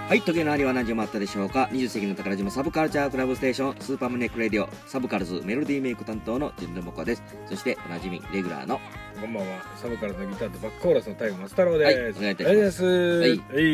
はい、時計の針は何時もあったでしょうか。20世紀の宝島サブカルチャークラブステーションスーパームネックレディオサブカルズメロディーメイク担当のジュンルモコです。そしておなじみレギュラーのこんばんは。サブカルのギターとバックコーラスの大悟松太郎です。 はい、お願いいたします。 はい。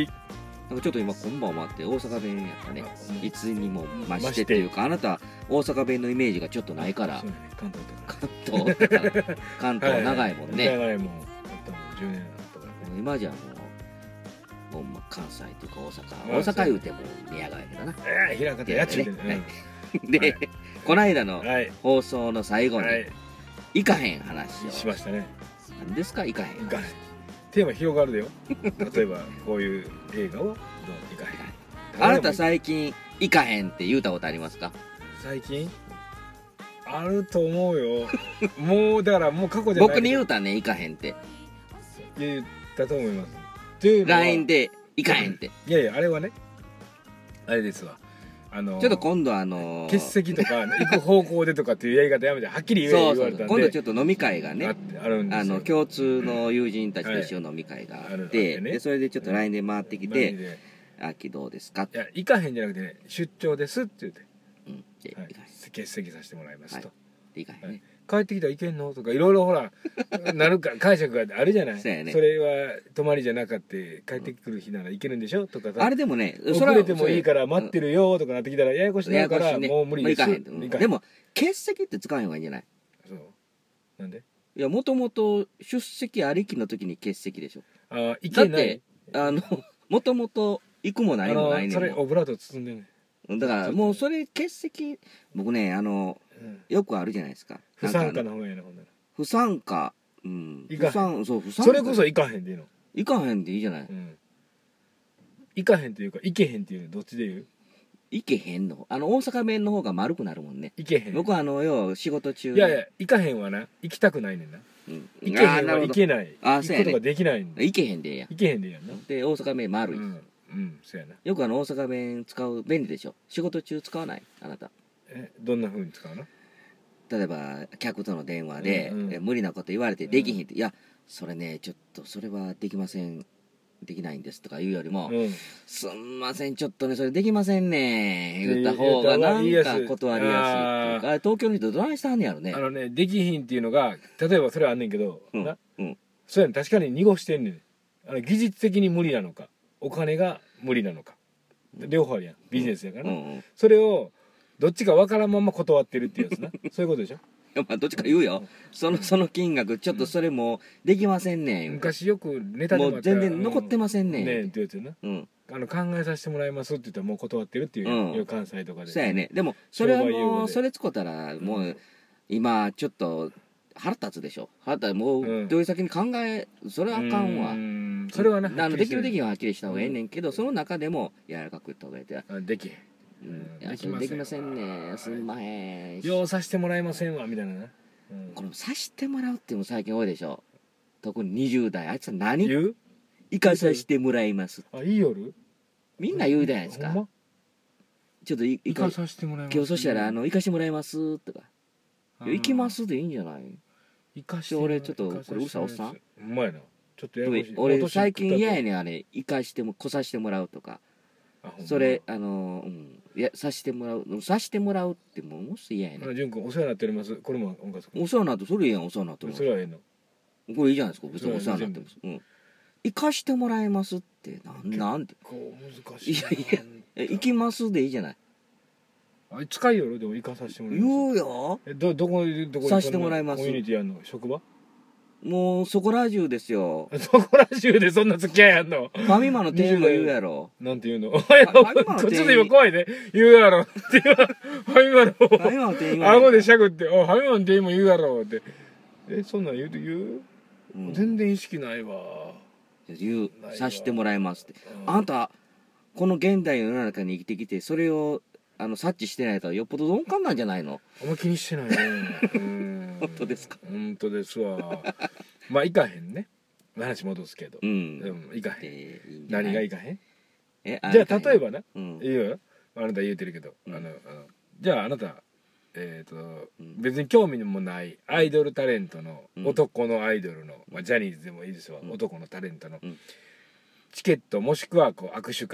なんかちょっと今こんばんはって大阪弁やったね。いつにも増してっしてていうか、あなた大阪弁のイメージがちょっとないから。 そうね、関関東だから関東長いもんね。 長いもん。多分10年だったからね。 今じゃもう関西というか大阪言うても宮川やけどな。 平方やっちゅうてね。 で、この間の放送の最後に行かへん話をしましたね。 何ですか、行かへん。 テーマ広がるでよ。例えばこういう映画をどう行かへん。 あなた最近行かへんって言うたことありますか？ 最近あると思うよ。もうだからもう過去じゃない。 僕に言うたね、行かへんって言ったと思います。 LINE で行かへんって。 いやいや、あれはね、あれですわ。 ちょっと今度欠席とか行く方向でとかっていうやり方やめてはっきり言われたんで。 今度ちょっと飲み会がねあるんですよ。 共通の友人たちと一緒飲み会があって、でそれでちょっと LINE で回ってきて「秋どうですか?」 いや、行かへんじゃなくてね、出張ですって言って欠席させてもらいますと。 行かへんね。 帰ってきたら行けんのとかいろいろほらなるか解釈があるじゃない。それは泊まりじゃなかって帰ってくる日なら行けるんでしょとかさ。 あれでもね、 遅れてもいいから待ってるよとかなってきたらややこしいからもう無理です。 でも欠席って使うのがいいんじゃない？ そう。なんで？ いや、もともと出席ありきの時に欠席でしょ。 ああ、行けない。 もともと行くもないもないねん。 それオブラート包んでんねん。 だからもうそれ欠席、僕ねよくあるじゃないですか。 不参加の方がいいな、ほんなら。 不参加、 それこそ行かへんでいいの。 行かへんでいいじゃない。 行かへんっていうか行けへんっていうのどっちで言う？ 行けへんの。大阪弁の方が丸くなるもんね。 行けへん。 僕は要仕事中。 いやいや、行かへんはな、行きたくないねんな。行けへんは行けない。行くことができないんだ。 行けへんでええやん。 行けへんでええやんな。 で大阪弁丸い。 そうやな。 よく大阪弁使う、便利でしょ。仕事中使わない？あなた。 どんな風に使うの？ 例えば客との電話で無理なこと言われてできひんって、いやそれねちょっとそれはできません、できないんですとか言うよりも、すんませんちょっとねそれできませんね言った方がなんか断りやすいっていうか、東京の人どないしたんねやろね。 できひんっていうのが例えばそれはあんねんけど、そうやねん、確かに濁してんねん。技術的に無理なのかお金が無理なのか両方あるやん、ビジネスやからな。それをどっちか分からんまま断ってるっていうやつな。そういうことでしょ。 まあどっちか言うよ。その金額ちょっとそれもうできませんねん。 昔よくネタでももう全然残ってませんねん。 ねえってやつよな。考えさせてもらいますって言ったらもう断ってるっていう関西とかで。 そうやね。でもそれはもうそれ使ったらもう今ちょっと腹立つでしょ。腹立つ。もうどういう先に考え、それはあかんわ。 それはな、 できるできんははっきりした方がええねんけど、その中でも柔らかく言った方がええて。 できへん。 できませんね、すんまへん。 ようさしてもらえませんわみたいなな。 これさしてもらうっていうのも最近多いでしょ。特に20代。あいつは何言う？ 行かさしてもらいます。 いい夜みんな言うじゃないですか。ちょっと行かさしてもらいます。 今日そしたら行かしてもらいますとか。行きますでいいんじゃない？ 行かして俺ちょっとこれうるさおっさん。 うまいな。ちょっとややこしい。 俺最近嫌やねん、あれ行かしても来さしてもらうとか。それいやさしてもらうってもうす嫌やねん。 潤君お世話になっております。これもお世話になって、それいいやん、お世話になってます。 それはええの。 これいいじゃないですか、別にお世話になってます。行かしてもらえますってなんて難しい。 いやいや行きますでいいじゃない。 使いよるでも行かさせてもらいます。 言うよ。 どこさしてもらいます。 コミュニティやんの？職場？ もうそこら中ですよ。 そこら中でそんな付き合いやんの？ ファミマの店員も言うやろ。 なんて言うの？こっちで今怖いね。言うやろってファミマの店員顎でしゃくって「ファミマの店員も言うやろ」って。そんなん言う？全然意識ないわ。 言う。さしてもらいますって。あんたこの現代の世の中に生きてきてそれを察知してないとよっぽど鈍感なんじゃないの？ あんま気にしてないね。 本当ですか？ 本当ですわ。まあ行かへんね。話戻すけど。行かへん。何が行かへん？じゃあ例えばな、いいよ。あなた言うてるけど、じゃああなた別に興味もないアイドルタレントの男のアイドルのジャニーズでもいいですわ、男のタレントのチケットもしくは握手会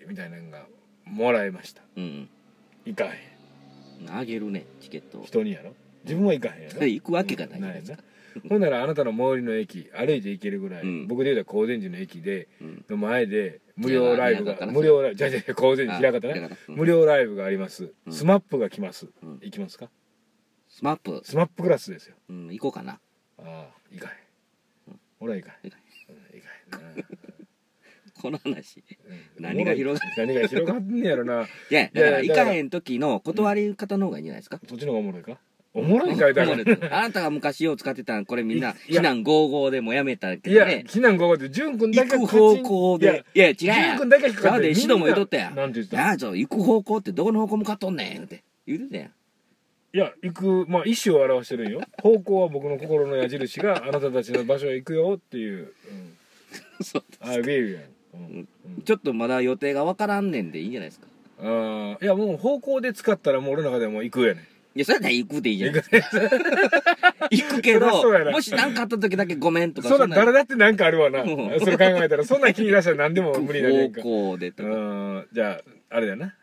みたいなのがもらえました。行かへん。あげるねチケット。 人にやろ。自分は行かへんやろ。 行くわけがないじゃないですか。 ほんならあなたの最寄りの駅歩いて行けるぐらい、僕で言うたら高善寺の駅で、の前で無料ライブが高善寺平方ね、無料ライブがあります。スマップが来ます。行きますか？ スマップクラスですよ。 行こうかな。 ああ、行かへん。俺は行かへん。行かへんな。 この話何が広がんねやろな。 いやだから行かへん時の断り方の方がいいんじゃないですか。 そっちの方がおもろいか。おもろいかいだから。 あなたが昔よう使ってたんこれみんな避難55でもやめたけどね。 いや避難55って潤君だけ行く方向で。いや違うやん。 潤君だけ引っかかって。 指導も言うとったやん。 なんて言った？ 行く方向ってどこの方向向かっとんねんって言うてたやん。 いや行くまあ意思を表してるんよ。方向は僕の心の矢印があなたたちの場所へ行くよっていう。 そうです。 あ、ビールやん。ちょっとまだ予定がわからんねんでいいんじゃないですか。 いやもう方向で使ったらもう俺の中でも行くやねん。 いやそれだったら行くでいいじゃないですか。行くけどもし何かあった時だけごめんとか。 そんな誰だって何かあるわな。それ考えたらそんな気に出したら何でも無理なんやんか。 方向でとか。 じゃああれだな。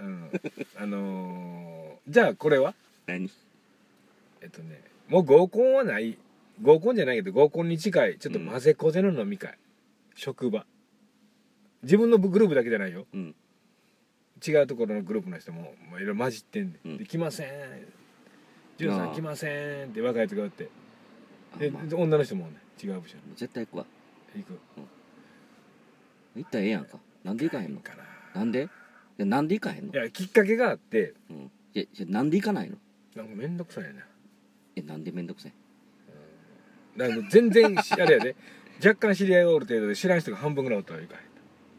じゃあこれは何？ もう合コンはない。合コンじゃないけど合コンに近いちょっと混ぜこぜの飲み会、職場、自分のグループだけじゃないよ、違うところのグループの人もいろいろ混じってんで、来ません、ジュンさん来ませんって若いやつがおって、で女の人もね違う部署絶対行くわ。 行く。 行ったらええやんか。なんで行かへんの？なんで？なんで行かへんの？ いやきっかけがあって、 なんで行かないの？ なんかめんどくさいな。 なんでめんどくさい？ だから全然あれやで若干知り合いがおる程度で知らん人が半分ぐらいおったらいいかへん。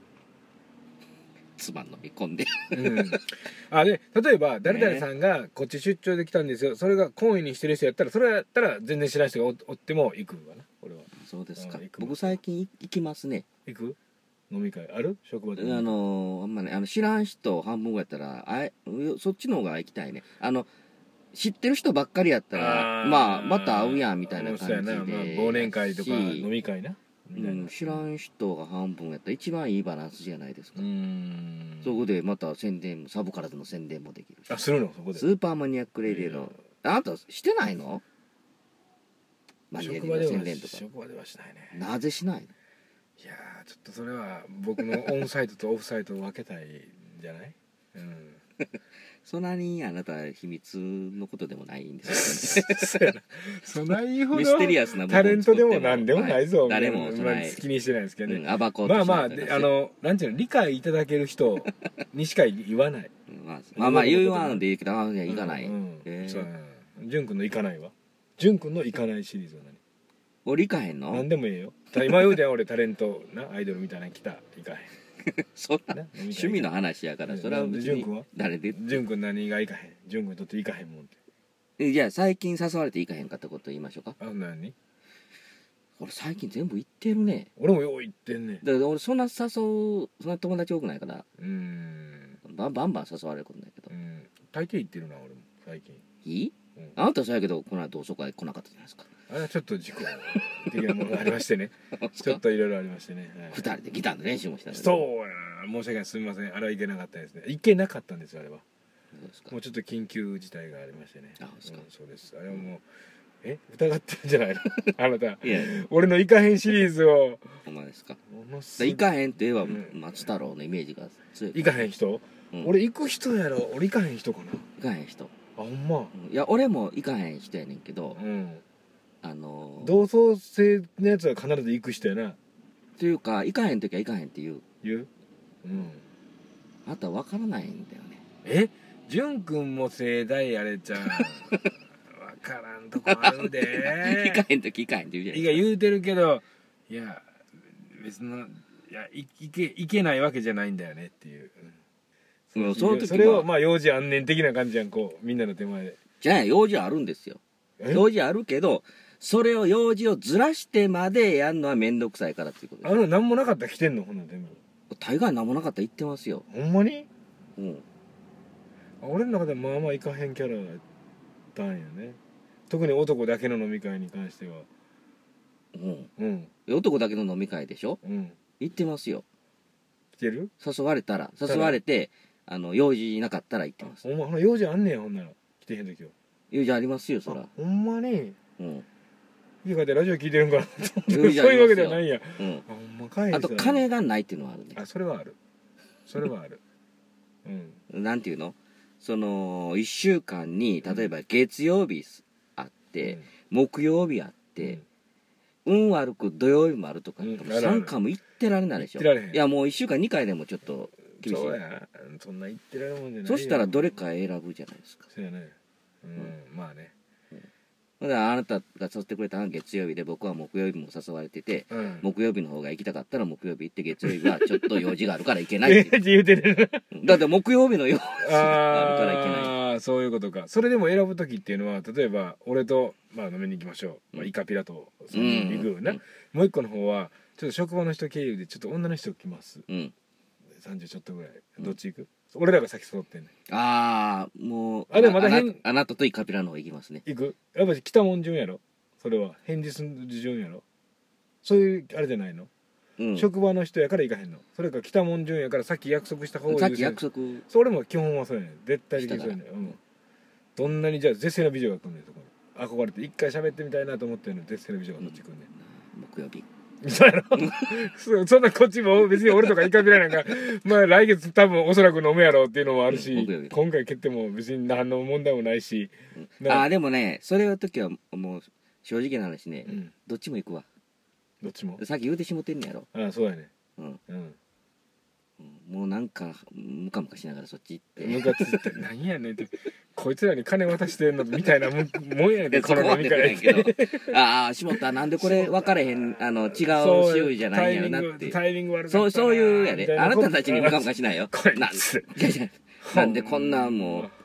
つまんのみ込んでで例えば誰々さんがこっち出張で来たんですよ、それが懇意にしてる人やったらそれやったら全然知らん人がおっても行くわな俺は。 そうですか。僕最近行きますね。 行く？飲み会ある？職場であんまね知らん人半分ぐらいやったらそっちの方が行きたいね。知ってる人ばっかりやったらまた会うやんみたいな感じで、 忘年会とか飲み会な、 知らん人が半分やったら一番いいバランスじゃないですか。そこでまた宣伝サブカラズの宣伝もできるし。 するの？そこでスーパーマニアックレディのあなたしてないの？マニアックレディの宣伝とか。 職場ではしないね。 なぜしないの？ いやちょっとそれは僕のオンサイトとオフサイトを分けたいんじゃない？ そんなにあなた秘密のことでもないんですよね。 そんなにほどミステリアスなタレントでもなんでもないぞ、 誰も好きにしてないですけどね。 アバコまあなんていうの理解いただける人にしか言わない。 言わんでいいけど行かない。 潤くんの行かないわ。潤くんの行かないシリーズは何？ 俺行かへんの？ 何でもいいよ。今言うて俺タレントなアイドルみたいなの来た行かへん。 そんな趣味の話やからそれは別に誰で？ 潤くん何が行かへん？潤くんにとって行かへんもんって。 じゃあ最近誘われて行かへんかったこと言いましょうか。 何？ 俺最近全部行ってるね。 俺もよう行ってんね。 だから俺そんな友達多くないからバンバン誘われることないけど。 大抵行ってるな俺も最近。 いい？あなたはそうやけどこの後遅く来なかったじゃないですか。 ちょっと事故的なものがありましてね。ちょっといろいろありましてね。 2人でギターの練習もしたんで。 そうやな、申し訳ない、すみません。あれはいけなかったですね。いけなかったんですよあれは。もうちょっと緊急事態がありましてね。そうです。あれはもう疑ってるんじゃないの？あなた俺の行かへんシリーズを。 ほんまですか？行かへんって言えば松太郎のイメージが強い。 行かへん人？俺行く人やろ。俺行かへん人かな。 行かへん人。 ほんま。 いや俺も行かへん人やねんけど、 同窓生のやつは必ず行く人やな。 というか行かへん時は行かへんって言う。あなた分からないんだよね。 潤くんも盛大やれちゃう。分からんとこあるで。 行かへん時行かへんって言うじゃないですか。言うてるけどいや別の行けないわけじゃないんだよねっていう。それを用事あんねん的な感じやん、こうみんなの手前で。 じゃあ用事あるんですよ。用事あるけどそれを用事をずらしてまでやんのは面倒くさいからっていうことです。 何もなかったら来てんの？ほんな全部大概何もなかったら行ってますよ。 ほんまに？俺の中でまあまあ行かへんキャラだったんやね。特に男だけの飲み会に関しては。男だけの飲み会でしょ？行ってますよ。 来てる？ 誘われて用事なかったら行ってます。 ほんま用事あんねん、ほんなら来てへん時は。 用事ありますよ、そら。 ほんまに。 うん。 家帰ってラジオ聞いてるんかな。そういうわけではないんや。 うん。ほんまかい。あと金がないっていうのはあるね。 あ、それはある。それはある。 うん。なんていうの？1週間に例えば月曜日あって、木曜日あって、運悪く土曜日もあるとか、3回も行ってられないでしょ。いや、もう1週間2回でもちょっと厳しい。 そうや、そんな行ってられるもんじゃないよ。 そしたらどれか選ぶじゃないですか。 そうやね。まあね。 だからあなたが誘ってくれたのは月曜日で、僕は木曜日も誘われてて、木曜日の方が行きたかったら木曜日行って、月曜日はちょっと用事があるから行けないって言うてる。 だって木曜日の用事があるから行けない。 ああ、そういうことか。それでも選ぶ時っていうのは、例えば俺と飲みに行きましょう、イカピラと行くな。もう一個の方はちょっと職場の人経由でちょっと女の人来ます、30ちょっとぐらい、どっち行く？俺らが先誘ってんねん。 ああ、もうでもまだあなたとイカピラの方行きますね。 行く？やっぱり来たもん順やろ、それは返事する順やろ、そういうあれじゃないの？職場の人やから行かへんの？それか来たもん順やからさっき約束した方がいい。 さっき約束。 それも基本はそうやねん、絶対的にそうやねん。どんなにじゃあ絶世の美女が来んねん、そこに憧れて一回喋ってみたいなと思ってるの絶世の美女がどっち来んねん？ 木曜日。 そうやろ。そんなこっちも別に俺とかイカピラなんか来月多分おそらく飲むやろっていうのもあるし、今回決定も別に何の問題もないし。 でもね、それの時はもう正直な話ね、どっちも行くわ。 どっちも？ さっき言うてしもてんねやろ。 ああ、そうやね。 もうなんかムカムカしながらそっち行ってムカつって何やねんって、こいつらに金渡してんのみたいなもんやで、この飲み会ああ、しもった、なんでこれ分かれへん、違う週じゃないんやろなって、 タイミング悪かったな、 そういうやで、あなたたちにムカムカしないよ。なんでこんなもう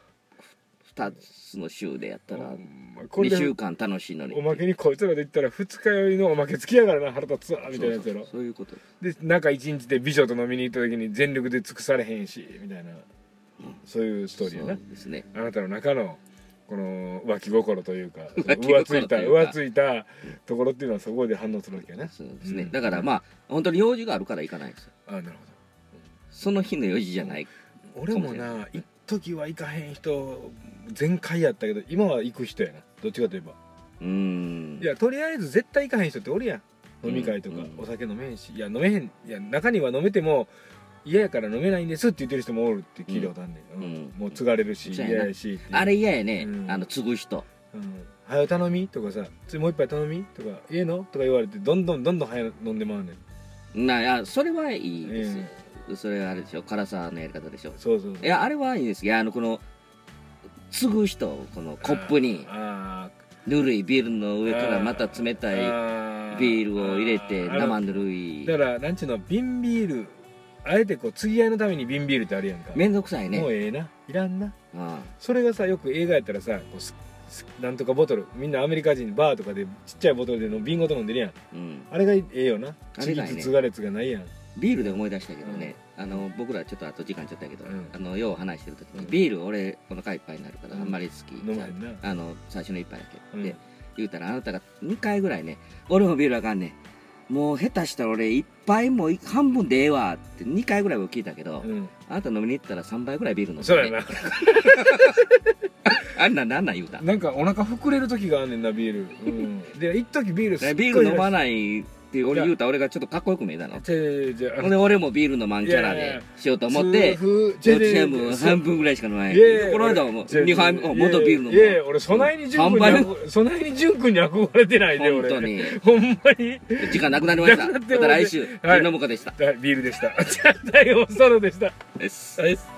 2つの週でやったら2週間楽しいのに、 おまけにこいつらで言ったら二日酔いのおまけつきやからな、腹立つわみたいなやつやろ。 そういうことで、中1日で美女と飲みに行った時に全力で尽くされへんしみたいな、そういうストーリーやな。 そうですね。 あなたの中のこの浮気心というか浮ついたところっていうのはそこで反応するわけやね。 そうですね。だから本当に用事があるから行かないんですよ。 ああ、なるほど。その日の用事じゃない。 俺もな、一時は行かへん人全開やったけど、今は行く人やな、どっちかといえば。いや、とりあえず絶対行かへん人っておるやん、飲み会とか。お酒飲めへんし、いや飲めへん、いや中には飲めても嫌やから飲めないんですって言ってる人もおるって聞いたことあんねん。もう継がれるし嫌やし、 あれ嫌やね、継ぐ人。 はよ頼みとかさ、もう一杯頼みとかええのとか言われて、どんどんはや飲んでまうねん。 いや、それはいいですよ。それはあれでしょ、辛さのやり方でしょ。 そうそう。 いや、あれはいいです。いや、この継ぐ人、このコップにぬるいビールの上からまた冷たいビールを入れて、生ぬるい。 だからなんちゅうの、瓶ビール、あえてこう継ぎ合いのために瓶ビールってあるやんか。 めんどくさいね。 もうええな、いらんな。それがさ、よく映画やったらさ、こうなんとかボトル、みんなアメリカ人バーとかでちっちゃいボトルで瓶ごと飲んでるやん。あれがええよな。継ぎつがれつがないやん。 ビールで思い出したけどね、僕らちょっとあと時間ちゃったけど、よう話してる時にビール俺お腹いっぱいになるからあんまり好きじゃん、最初の一杯だけって言うたら、あなたが2回ぐらいね、俺もビールあかんねん、もう下手したら俺1杯も半分でええわって2回ぐらいは聞いたけど、あなた飲みに行ったら3杯ぐらいビール飲んで、 そうやな。 あんなん言うた、 なんかお腹膨れる時があんねんな、ビール。で一時ビール飲まないって俺言うたら、俺がちょっとかっこよく見えたの。ほんで俺もビールのマンキャラでしようと思って、半分ぐらいしか飲まない。この間はもう2杯元ビール飲む。 いやいや、俺そないに潤君に憧れてないで、俺。 本当に。 ほんまに。 時間なくなりました。また来週、飲むかでした。 ビールでした。大王ソロでした。 です。